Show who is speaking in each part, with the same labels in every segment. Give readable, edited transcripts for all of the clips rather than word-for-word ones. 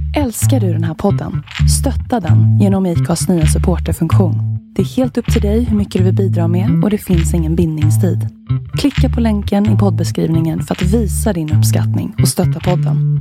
Speaker 1: Älskar du den här podden? Stötta den genom IKAs nya supporterfunktion. Det är helt upp till dig hur mycket du vill bidra med och det finns ingen bindningstid. Klicka på länken i poddbeskrivningen för att visa din uppskattning och stötta podden.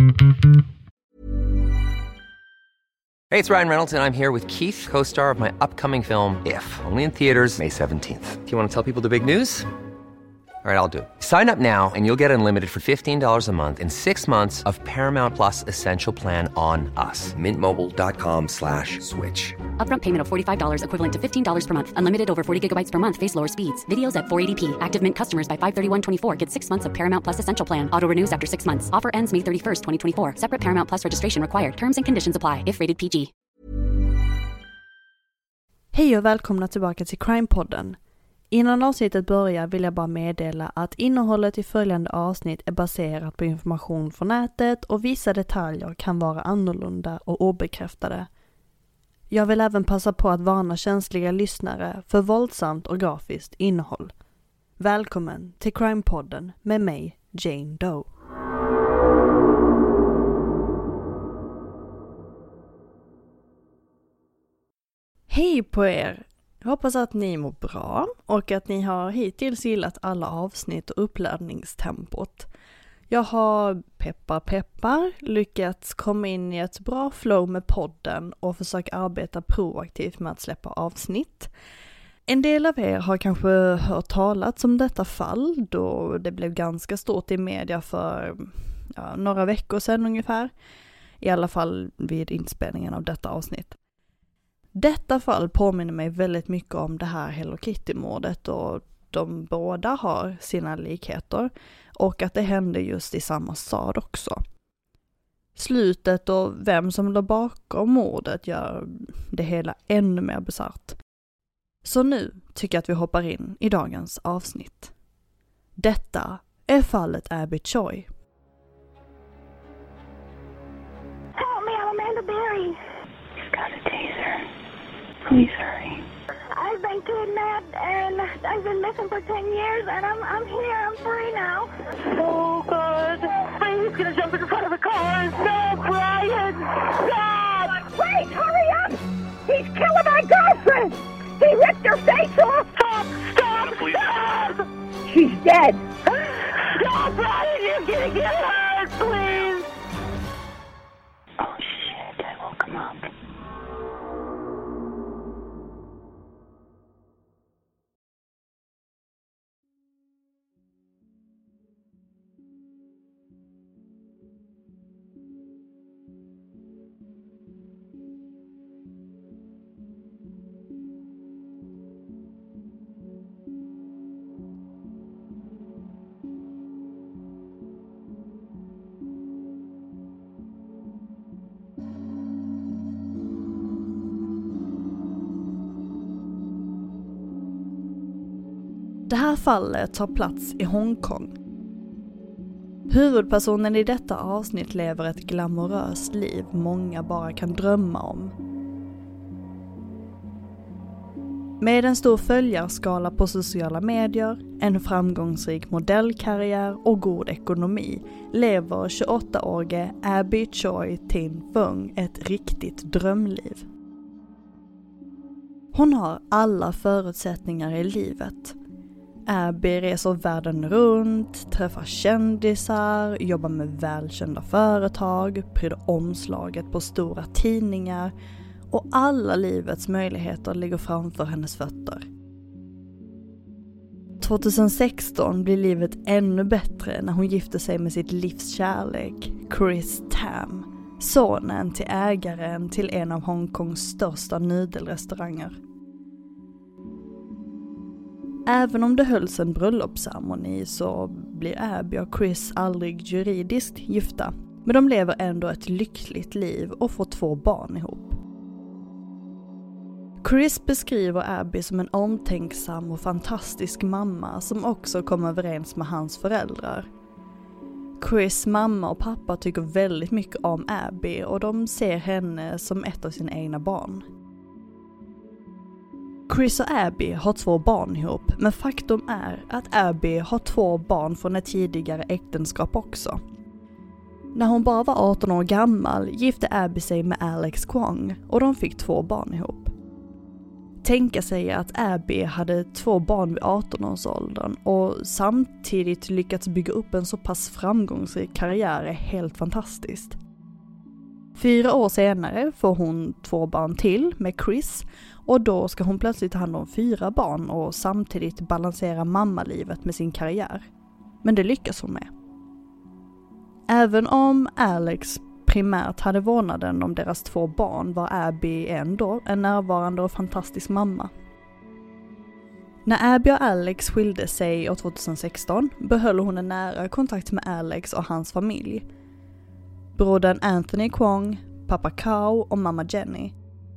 Speaker 2: Hey, it's Ryan Reynolds and I'm here with Keith, co-star of my upcoming film, If, only in theaters May 17th. Do you want to tell people the big news? All right, I'll do it. Sign up now and you'll get unlimited for $15 a month and 6 months of Paramount Plus Essential Plan on us. MintMobile.com/switch.
Speaker 3: Upfront payment of $45 equivalent to $15 per month. Unlimited over 40 gigabytes per month. Face lower speeds. Videos at 480p. Active Mint customers by 531.24 get 6 months of Paramount Plus Essential Plan. Auto renews after 6 months. Offer ends May 31st, 2024. Separate Paramount Plus registration required. Terms and conditions apply if rated PG.
Speaker 4: Hej och välkomna tillbaka till Crime-podden. Innan avsnittet börjar vill jag bara meddela att innehållet i följande avsnitt är baserat på information från nätet och vissa detaljer kan vara annorlunda och obekräftade. Jag vill även passa på att varna känsliga lyssnare för våldsamt och grafiskt innehåll. Välkommen till Crime-podden med mig, Jane Doe. Hej på er! Jag hoppas att ni mår bra och att ni har hittills gillat alla avsnitt och uppladdningstempot. Jag har peppar lyckats komma in i ett bra flow med podden och försöka arbeta proaktivt med att släppa avsnitt. En del av er har kanske hört talas om detta fall då det blev ganska stort i media för några veckor sedan ungefär. I alla fall vid inspelningen av detta avsnitt. Detta fall påminner mig väldigt mycket om det här Hello Kitty-mordet och de båda har sina likheter och att det hände just i samma stad också. Slutet och vem som låg bakom mordet gör det hela ännu mer bisarrt. Så nu tycker jag att vi hoppar in i dagens avsnitt. Detta är fallet Abby Choi.
Speaker 5: Help me, I'm Amanda Berry. He's got a taser. Please hurry. I've been kidnapped and I've been missing for 10 years and I'm here. I'm free now. Oh, God. He's going to jump in front of the car. No, Brian. Stop. Wait, hurry up. He's killing my girlfriend. He ripped her face off. Stop. Stop. She's dead. No, Brian, you're going to get hurt, please. Oh, shit. I woke him up.
Speaker 4: Det här fallet tar plats i Hongkong. Huvudpersonen i detta avsnitt lever ett glamoröst liv många bara kan drömma om. Med en stor följarskala på sociala medier, en framgångsrik modellkarriär och god ekonomi lever 28-årige Abby Choi Tin Fung ett riktigt drömliv. Hon har alla förutsättningar i livet. Abby reser världen runt, träffar kändisar, jobbar med välkända företag, pryder omslaget på stora tidningar och alla livets möjligheter ligger framför hennes fötter. 2016 blir livet ännu bättre när hon gifter sig med sitt livs kärlek, Chris Tam, sonen till ägaren till en av Hongkongs största nudelrestauranger. Även om det hölls en bröllopsceremoni så blir Abby och Chris aldrig juridiskt gifta. Men de lever ändå ett lyckligt liv och får 2 barn ihop. Chris beskriver Abby som en omtänksam och fantastisk mamma som också kom överens med hans föräldrar. Chris mamma och pappa tycker väldigt mycket om Abby och de ser henne som ett av sina egna barn. Chris och Abby har 2 barn ihop, men faktum är att Abby har 2 barn från ett tidigare äktenskap också. När hon bara var 18 år gammal gifte Abby sig med Alex Kwong och de fick 2 barn ihop. Tänka sig att Abby hade 2 barn vid 18-årsåldern och samtidigt lyckats bygga upp en så pass framgångsrik karriär är helt fantastiskt. 4 år senare får hon 2 barn till med Chris och då ska hon plötsligt ta hand om 4 barn och samtidigt balansera mammalivet med sin karriär. Men det lyckas hon med. Även om Alex primärt hade vårdnaden om deras 2 barn var Abby ändå en närvarande och fantastisk mamma. När Abby och Alex skilde sig år 2016 behöll hon en nära kontakt med Alex och hans familj. Brodern Anthony Kwong, pappa Kao och mamma Jenny.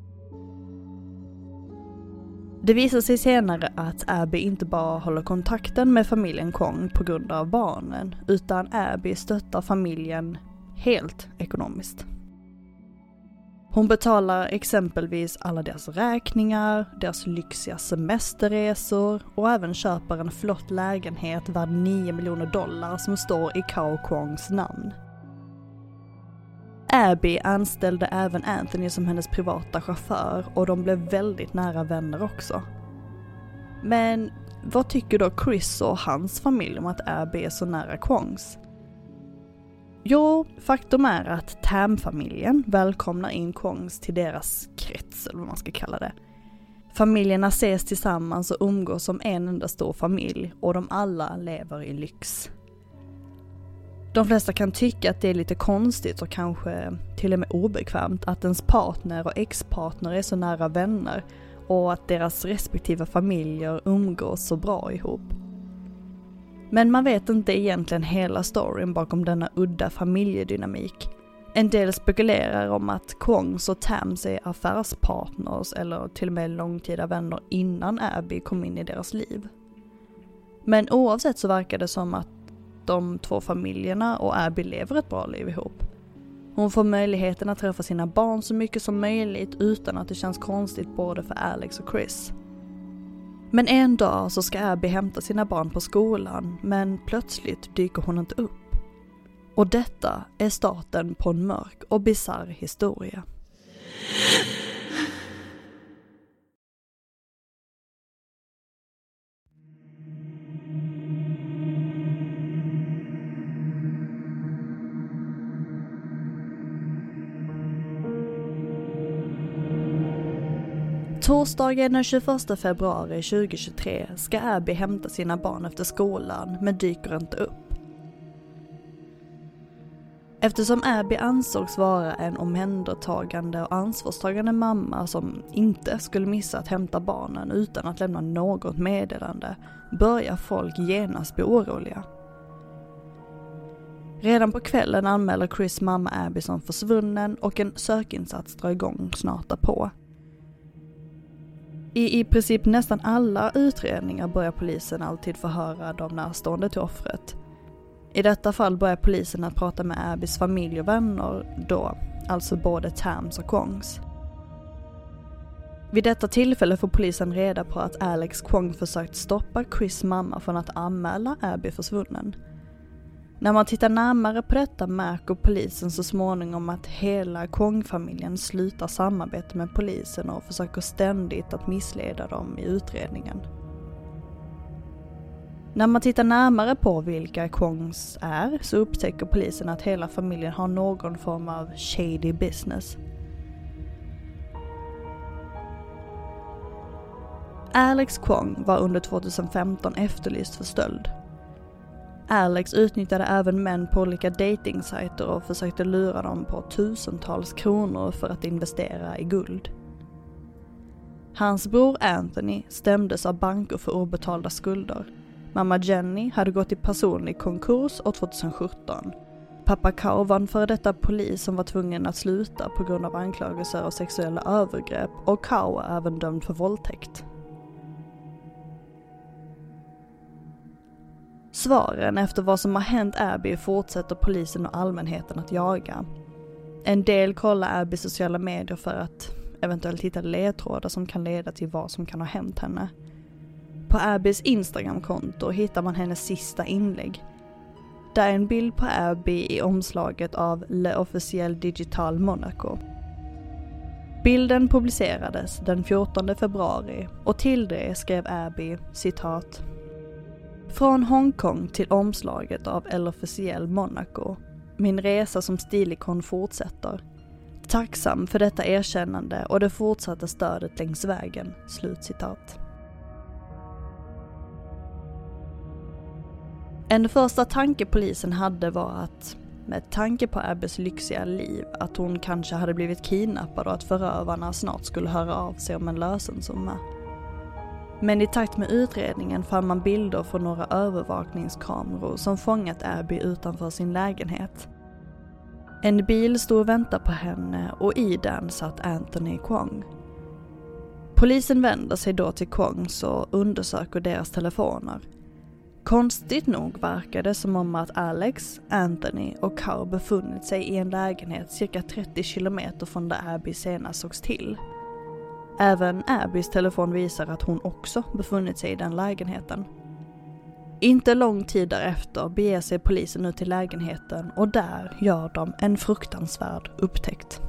Speaker 4: Det visar sig senare att Abby inte bara håller kontakten med familjen Kwong på grund av barnen, utan Abby stöttar familjen helt ekonomiskt. Hon betalar exempelvis alla deras räkningar, deras lyxiga semesterresor och även köper en flott lägenhet värd $9 miljoner som står i Kao Kwongs namn. Abby anställde även Anthony som hennes privata chaufför och de blev väldigt nära vänner också. Men vad tycker då Chris och hans familj om att Abby är så nära Kwongs? Jo, faktum är att Tam-familjen välkomnar in Kwongs till deras krets, eller vad man ska kalla det. Familjerna ses tillsammans och umgås som en enda stor familj och de alla lever i lyx. De flesta kan tycka att det är lite konstigt och kanske till och med obekvämt att ens partner och ex-partner är så nära vänner och att deras respektive familjer umgås så bra ihop. Men man vet inte egentligen hela storyn bakom denna udda familjedynamik. En del spekulerar om att Kwongs och Tams är affärspartners eller till och med långtida vänner innan Abby kom in i deras liv. Men oavsett så verkar det som att de 2 familjerna och Abby lever ett bra liv ihop. Hon får möjligheten att träffa sina barn så mycket som möjligt utan att det känns konstigt både för Alex och Chris. Men en dag så ska Abby hämta sina barn på skolan, men plötsligt dyker hon inte upp. Och detta är starten på en mörk och bizarr historia. Torsdagen den 21 februari 2023 ska Abby hämta sina barn efter skolan men dyker inte upp. Eftersom Abby ansågs vara en omhändertagande och ansvarstagande mamma som inte skulle missa att hämta barnen utan att lämna något meddelande börjar folk genast bli oroliga. Redan på kvällen anmäler Chris mamma Abby som försvunnen och en sökinsats drar igång snart därpå. I princip nästan alla utredningar börjar polisen alltid förhöra de närstående till offret. I detta fall börjar polisen att prata med Abbys familj och vänner då, alltså både Tams och Kwongs. Vid detta tillfälle får polisen reda på att Alex Kwong försökt stoppa Chris mamma från att anmäla Abby försvunnen. När man tittar närmare på detta märker polisen så småningom att hela Kwong-familjen slutar samarbeta med polisen och försöker ständigt att missleda dem i utredningen. När man tittar närmare på vilka Kwongs är så upptäcker polisen att hela familjen har någon form av shady business. Alex Kwong var under 2015 efterlyst för stöld. Alex utnyttjade även män på olika datingsajter och försökte lura dem på tusentals kronor för att investera i guld. Hans bror Anthony stämdes av banker för obetalda skulder. Mamma Jenny hade gått i personlig konkurs år 2017. Pappa Kao var en före detta polis som var tvungen att sluta på grund av anklagelser av sexuella övergrepp och Kao är även dömd för våldtäkt. Svaren efter vad som har hänt Abby fortsätter polisen och allmänheten att jaga. En del kollar Abbys sociala medier för att eventuellt hitta ledtrådar som kan leda till vad som kan ha hänt henne. På Abbys Instagram-konto hittar man hennes sista inlägg. Det är en bild på Abby i omslaget av Le Officiel Digital Monaco. Bilden publicerades den 14 februari och till det skrev Abby, citat: "Från Hongkong till omslaget av Le Officiel Monaco. Min resa som stilikon fortsätter. Tacksam för detta erkännande och det fortsatta stödet längs vägen." Slutcitat. En första tanke polisen hade var att, med tanke på Abbys lyxiga liv, att hon kanske hade blivit kidnappad och att förövarna snart skulle höra av sig om en lösensumma. Men i takt med utredningen fann man bilder från några övervakningskameror som fångat Abby utanför sin lägenhet. En bil stod och väntade på henne och i den satt Anthony Kwong. Polisen vänder sig då till Kwongs och undersöker deras telefoner. Konstigt nog verkar det som om att Alex, Anthony och Carl befunnit sig i en lägenhet cirka 30 kilometer från där Abby senast sågs till. Även Abbys telefon visar att hon också befunnit sig i den lägenheten. Inte lång tid därefter beger sig polisen ut till lägenheten och där gör de en fruktansvärd upptäckt.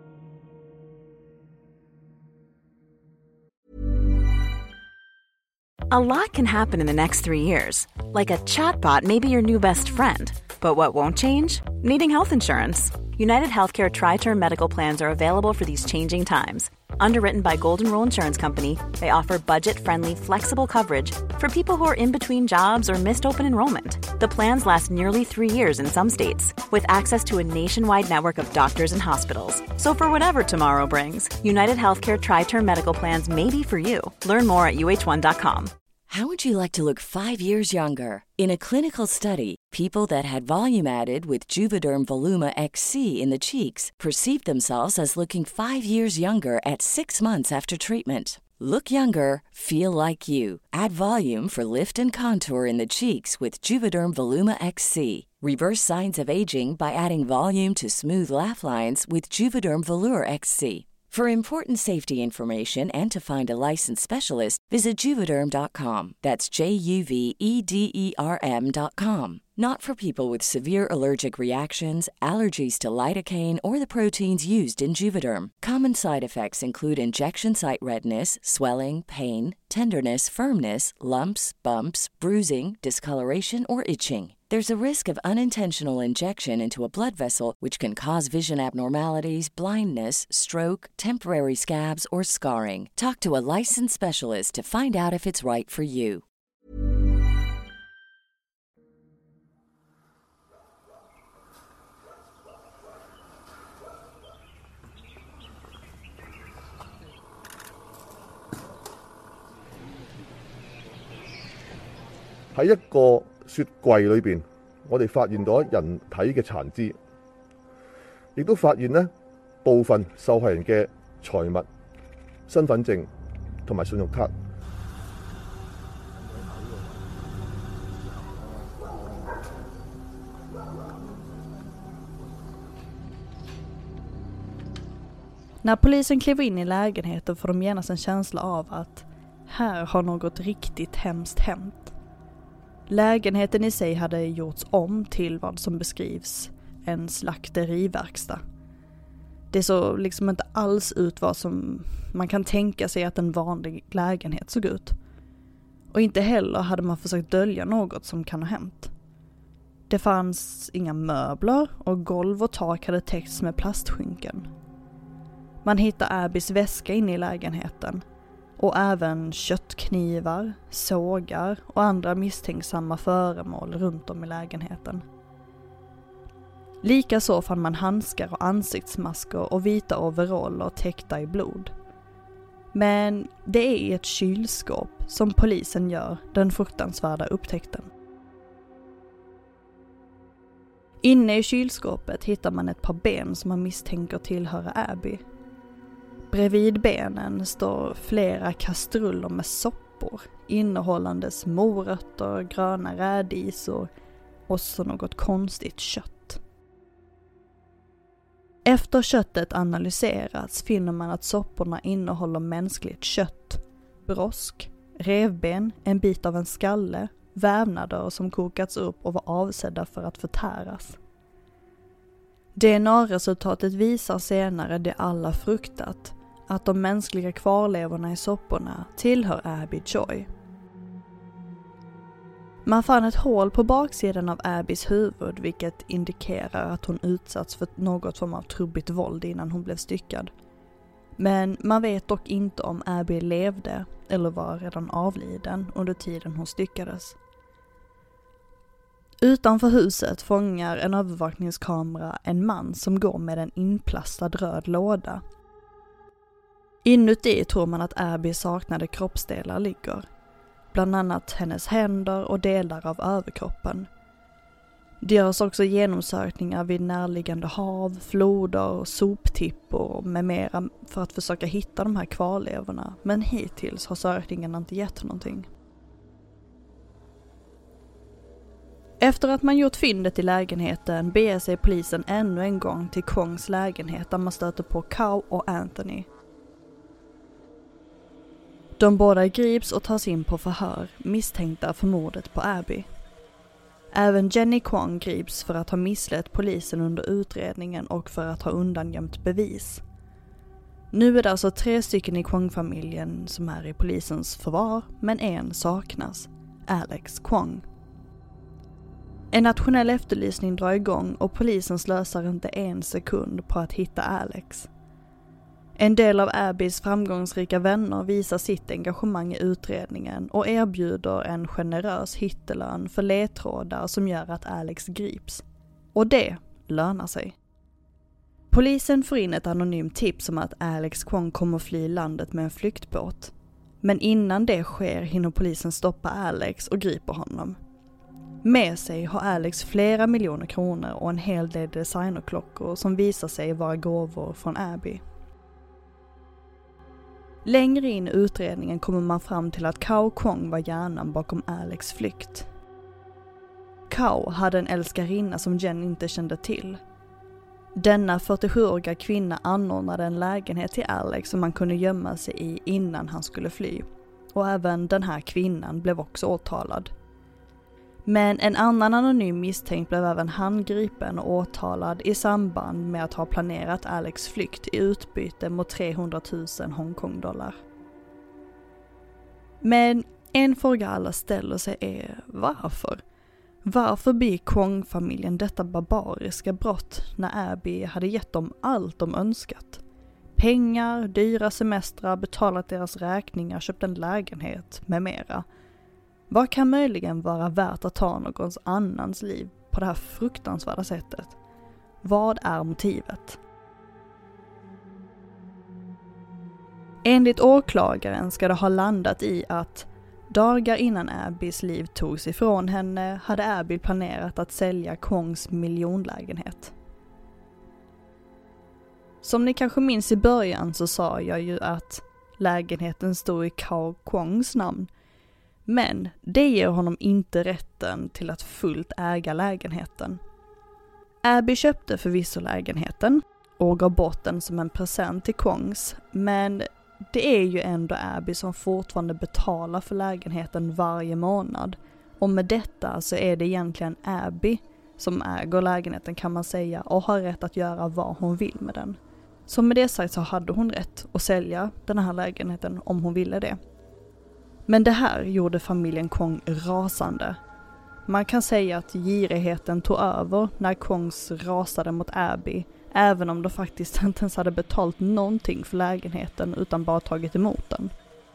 Speaker 6: A lot can happen in the next 3 years. Like a chatbot may be your new best friend. But what won't change? Needing health insurance. United Healthcare Tri-Term Medical Plans are available for these changing times. Underwritten by Golden Rule Insurance Company, they offer budget-friendly, flexible coverage for people who are in between jobs or missed open enrollment. The plans last nearly 3 years in some states, with access to a nationwide network of doctors and hospitals. So for whatever tomorrow brings, United Healthcare Tri-Term Medical Plans may be for you. Learn more at uh1.com.
Speaker 7: How would you like to look 5 years younger? In a clinical study, people that had volume added with Juvederm Voluma XC in the cheeks perceived themselves as looking 5 years younger at 6 months after treatment. Look younger, feel like you. Add volume for lift and contour in the cheeks with Juvederm Voluma XC. Reverse signs of aging by adding volume to smooth laugh lines with Juvederm Volure XC. For important safety information and to find a licensed specialist, visit Juvederm.com. That's JUVEDERM.com. Not for people with severe allergic reactions, allergies to lidocaine, or the proteins used in Juvederm. Common side effects include injection site redness, swelling, pain, tenderness, firmness, lumps, bumps, bruising, discoloration, or itching. There's a risk of unintentional injection into a blood vessel, which can cause vision abnormalities, blindness, stroke, temporary scabs, or scarring. Talk to a licensed specialist to find out if it's right for you.
Speaker 8: 喺一個雪櫃裏邊，我哋發現咗人體嘅殘肢，亦都發現呢部分受害人嘅財物、身份證同埋信用卡。
Speaker 4: När polisen kliver in i lägenheten får de genast en känsla av att här har något riktigt hemskt hänt. Lägenheten i sig hade gjorts om till vad som beskrivs en slakteriverkstad. Det såg liksom inte alls ut vad som man kan tänka sig att en vanlig lägenhet såg ut. Och inte heller hade man försökt dölja något som kan ha hänt. Det fanns inga möbler och golv och tak hade täckts med plastskynken. Man hittar Abbys väska inne i lägenheten. Och även köttknivar, sågar och andra misstänksamma föremål runt om i lägenheten. Likaså fann man handskar och ansiktsmasker och vita overaller täckta i blod. Men det är i ett kylskåp som polisen gör den fruktansvärda upptäckten. Inne i kylskåpet hittar man ett par ben som man misstänker tillhöra Abby. Bredvid benen står flera kastruller med soppor innehållandes morötter, gröna rädisor och så något konstigt kött. Efter köttet analyserats finner man att sopporna innehåller mänskligt kött, brosk, revben, en bit av en skalle vävnader som kokats upp och var avsedda för att förtäras. DNA-resultatet visar senare det alla fruktat, att de mänskliga kvarlevorna i sopporna tillhör Abby Joy. Man fann ett hål på baksidan av Abbys huvud, vilket indikerar att hon utsatts för något form av trubbigt våld innan hon blev styckad. Men man vet dock inte om Abby levde eller var redan avliden under tiden hon styckades. Utanför huset fångar en övervakningskamera en man som går med en inplastad röd låda. Inuti tror man att Abby saknade kroppsdelar ligger. Bland annat hennes händer och delar av överkroppen. Det görs också genomsökningar vid närliggande hav, floder, soptippor med mera för att försöka hitta de här kvarlevorna, men hittills har sökningen inte gett någonting. Efter att man gjort fyndet i lägenheten beger sig polisen ännu en gång till Kwongs lägenhet där man stöter på Kau och Anthony. De båda grips och tas in på förhör, misstänkta för mordet på Abby. Även Jenny Kwong grips för att ha misslett polisen under utredningen och för att ha undangömt bevis. Nu är det alltså 3 stycken i Kwong-familjen som är i polisens förvar, men en saknas, Alex Kwong. En nationell efterlysning drar igång och polisen slösar inte en sekund på att hitta Alex. En del av Abbys framgångsrika vänner visar sitt engagemang i utredningen och erbjuder en generös hittelön för ledtrådar som gör att Alex grips. Och det lönar sig. Polisen får in ett anonymt tips om att Alex Kwong kommer fly landet med en flyktbåt. Men innan det sker hinner polisen stoppa Alex och griper honom. Med sig har Alex flera miljoner kronor och en hel del designerklockor som visar sig vara gåvor från Abby. Längre in i utredningen kommer man fram till att Kau Kwong var hjärnan bakom Alex flykt. Kau hade en älskarinna som Jen inte kände till. Denna 47-åriga kvinna anordnade en lägenhet till Alex som man kunde gömma sig i innan han skulle fly. Och även den här kvinnan blev också åtalad. Men en annan anonym misstänkt blev även handgripen och åtalad i samband med att ha planerat Alex flykt i utbyte mot 300 000 Hongkong-dollar. Men en fråga alla ställer sig är varför? Varför blir Kwong-familjen detta barbariska brott när Abby hade gett dem allt de önskat? Pengar, dyra semestrar, betalat deras räkningar, köpt en lägenhet med mera. Vad kan möjligen vara värt att ta någons annans liv på det här fruktansvärda sättet? Vad är motivet? Enligt åklagaren ska det ha landat i att dagar innan Abbys liv togs ifrån henne hade Abby planerat att sälja Kwongs miljonlägenhet. Som ni kanske minns i början så sa jag ju att lägenheten stod i Kau Kwongs namn. Men det ger honom inte rätten till att fullt äga lägenheten. Abby köpte förvisso lägenheten och gav bort den som en present till Kwongs, men det är ju ändå Abby som fortfarande betalar för lägenheten varje månad. Och med detta så är det egentligen Abby som äger lägenheten kan man säga och har rätt att göra vad hon vill med den. Så med det sagt så hade hon rätt att sälja den här lägenheten om hon ville det. Men det här gjorde familjen Kwong rasande. Man kan säga att girigheten tog över när Kwongs rasade mot Abby, även om de faktiskt inte ens hade betalt någonting för lägenheten utan bara tagit emot den.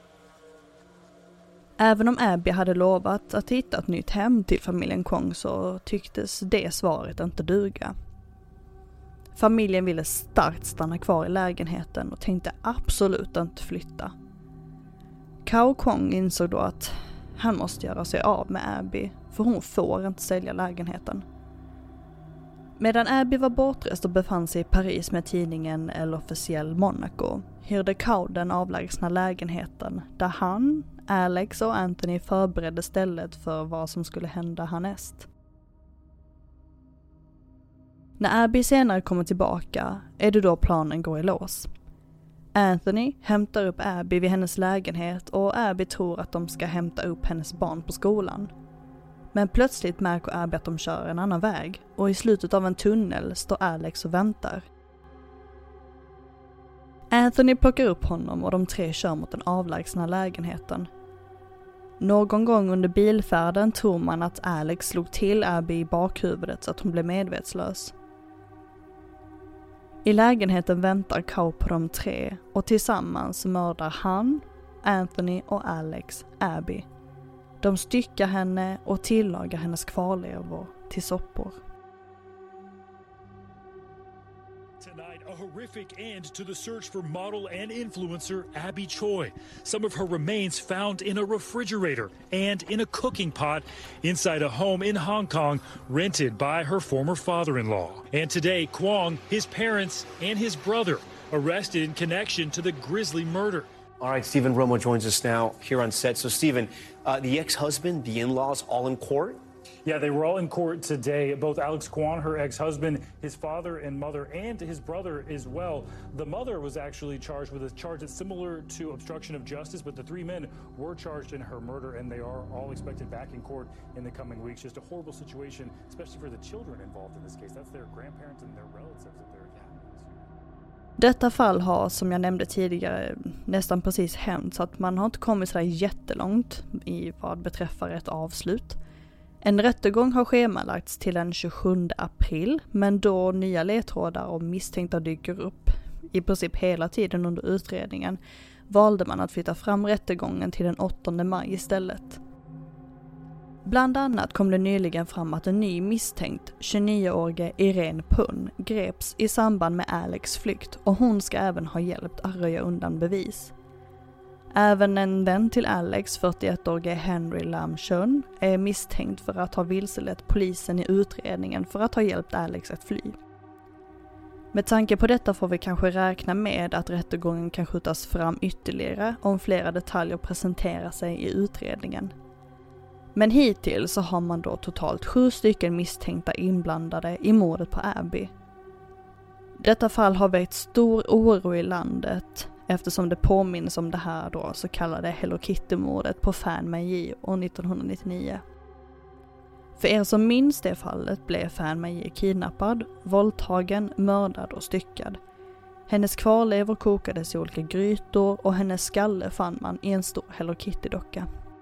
Speaker 4: Även om Abby hade lovat att hitta ett nytt hem till familjen Kwong så tycktes det svaret inte duga. Familjen ville starkt stanna kvar i lägenheten och tänkte absolut inte flytta. Kau Kwong insåg då att han måste göra sig av med Abby för hon får inte sälja lägenheten. Medan Abby var bortrest och befann sig i Paris med tidningen L'Officiel Monaco hyrde Kau den avlägsna lägenheten där han, Alex och Anthony förberedde stället för vad som skulle hända härnäst. När Abby senare kommer tillbaka är det då planen går i lås. Anthony hämtar upp Abby vid hennes lägenhet och Abby tror att de ska hämta upp hennes barn på skolan. Men plötsligt märker Abby att de kör en annan väg och i slutet av en tunnel står Alex och väntar. Anthony plockar upp honom och de tre kör mot den avlägsna lägenheten. Någon gång under bilfärden tror man att Alex slog till Abby i bakhuvudet så att hon blev medvetslös. I lägenheten väntar Cow på de tre och tillsammans mördar han, Anthony och Alex Abby. De styckar henne och tillagar hennes kvarlevor till soppor.
Speaker 9: Tonight, a horrific end to the search for model and influencer Abby Choi. Some of her remains found in a refrigerator and in a cooking pot inside a home in Hong Kong rented by her former father-in-law. And today, Kwong, his parents, and his brother arrested in connection to the grisly murder.
Speaker 10: All right, Stephen Romo joins us now here on set. So, Stephen, the ex-husband, the in-laws, all in court?
Speaker 9: Yeah, they were all in court today. Both Alex Kwon, her ex-husband, his father and mother, and his brother as well. The mother was actually charged with a charge that's similar to obstruction of justice, but the three men were charged in her murder, and they are all expected back in court in the coming weeks. Just a horrible situation, especially for the children involved in this case. That's their grandparents and their relatives that they're...
Speaker 4: Detta fall har, som jag nämnde tidigare, nästan precis hänt, så att man har inte kommit så där jättelångt i vad beträffar ett avslut. En rättegång har schemalagts till den 27 april, men då nya ledtrådar och misstänkta dyker upp i princip hela tiden under utredningen valde man att flytta fram rättegången till den 8 maj istället. Bland annat kom det nyligen fram att en ny misstänkt, 29-årige Irene Pun, greps i samband med Alex flykt och hon ska även ha hjälpt att röja undan bevis. Även en vän till Alex, 41-årige Henry Lam Chun, är misstänkt för att ha vilselett polisen i utredningen för att ha hjälpt Alex att fly. Med tanke på detta får vi kanske räkna med att rättegången kan skjutas fram ytterligare om flera detaljer presenterar sig i utredningen. Men hittills så har man då totalt 7 stycken misstänkta inblandade i mordet på Abby. Detta fall har väckt stor oro i landet eftersom det påminns om det här då så kallade Hello Kitty-mordet på Fan Mei år 1999. För er som minns det fallet blev Fan Mei kidnappad, våldtagen, mördad och styckad. Hennes kvarlevor kokades i olika grytor och hennes skalle fann man i en stor Hello Kitty-docka.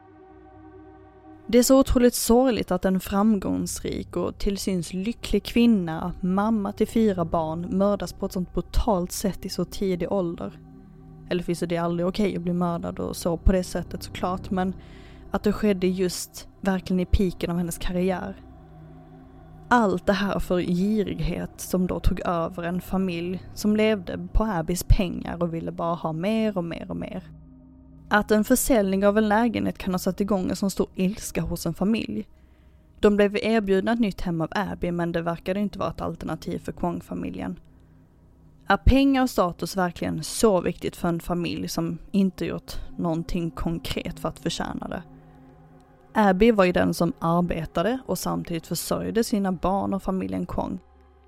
Speaker 4: Det är så otroligt sorgligt att en framgångsrik och till syns lycklig kvinna, mamma till 4 barn, mördas på ett sånt brutalt sätt i så tidig ålder. Eller finns det aldrig okej att bli mördad och så på det sättet såklart, men att det skedde just verkligen i piken av hennes karriär. Allt det här för girighet som då tog över en familj som levde på Abbys pengar och ville bara ha mer och mer och mer. Att en försäljning av en lägenhet kan ha satt igång en sån stor ilska hos en familj. De blev erbjudna ett nytt hem av Abby, men det verkade inte vara ett alternativ för Kwong-familjen. Är pengar och status verkligen så viktigt för en familj som inte gjort någonting konkret för att förtjäna det? Abby var ju den som arbetade och samtidigt försörjde sina barn och familjen Kwong.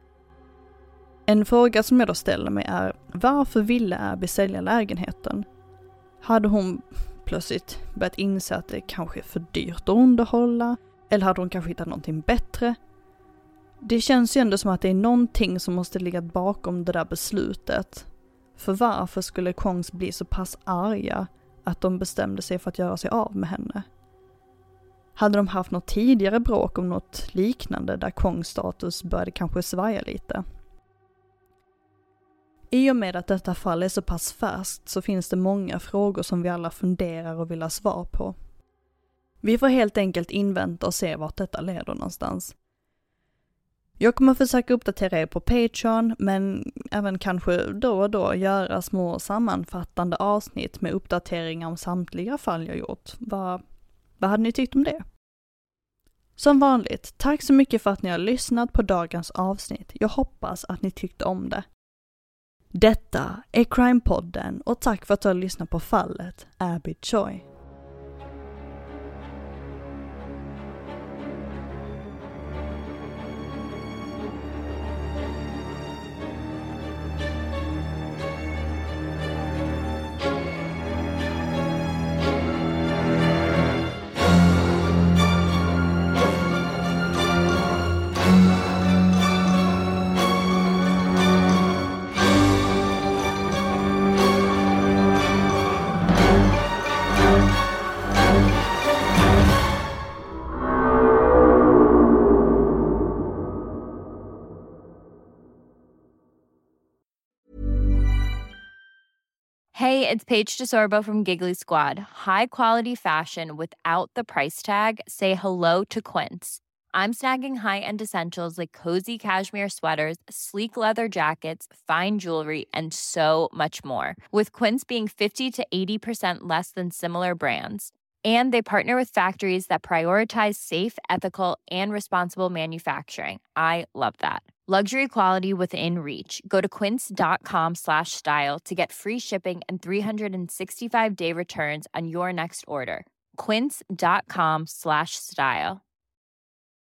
Speaker 4: En fråga som jag då ställer mig är, varför ville Abby sälja lägenheten? Hade hon plötsligt börjat inse att det kanske är för dyrt att underhålla? Eller hade hon kanske hittat någonting bättre? Det känns ju ändå som att det är någonting som måste ligga bakom det där beslutet. För varför skulle Kwongs bli så pass arga att de bestämde sig för att göra sig av med henne? Hade de haft något tidigare bråk om något liknande där Kwongs status började kanske svaja lite? I och med att detta fall är så pass färskt så finns det många frågor som vi alla funderar och vill ha svar på. Vi får helt enkelt invänta och se vart detta leder någonstans. Jag kommer försöka uppdatera er på Patreon, men även kanske då och då göra små sammanfattande avsnitt med uppdateringar om samtliga fall jag gjort. Vad hade ni tyckt om det? Som vanligt, tack så mycket för att ni har lyssnat på dagens avsnitt. Jag hoppas att ni tyckte om det. Detta är Crime-podden och tack för att du har lyssnat på fallet Abby Choi.
Speaker 11: Hey, it's Paige DeSorbo from Giggly Squad. High quality fashion without the price tag. Say hello to Quince. I'm snagging high-end essentials like cozy cashmere sweaters, sleek leather jackets, fine jewelry, and so much more. With Quince being 50 to 80% less than similar brands. And they partner with factories that prioritize safe, ethical, and responsible manufacturing. I love that. Luxury quality within reach. Go to quince.com/style to get free shipping and 365-day returns on your next order. Quince.com/style.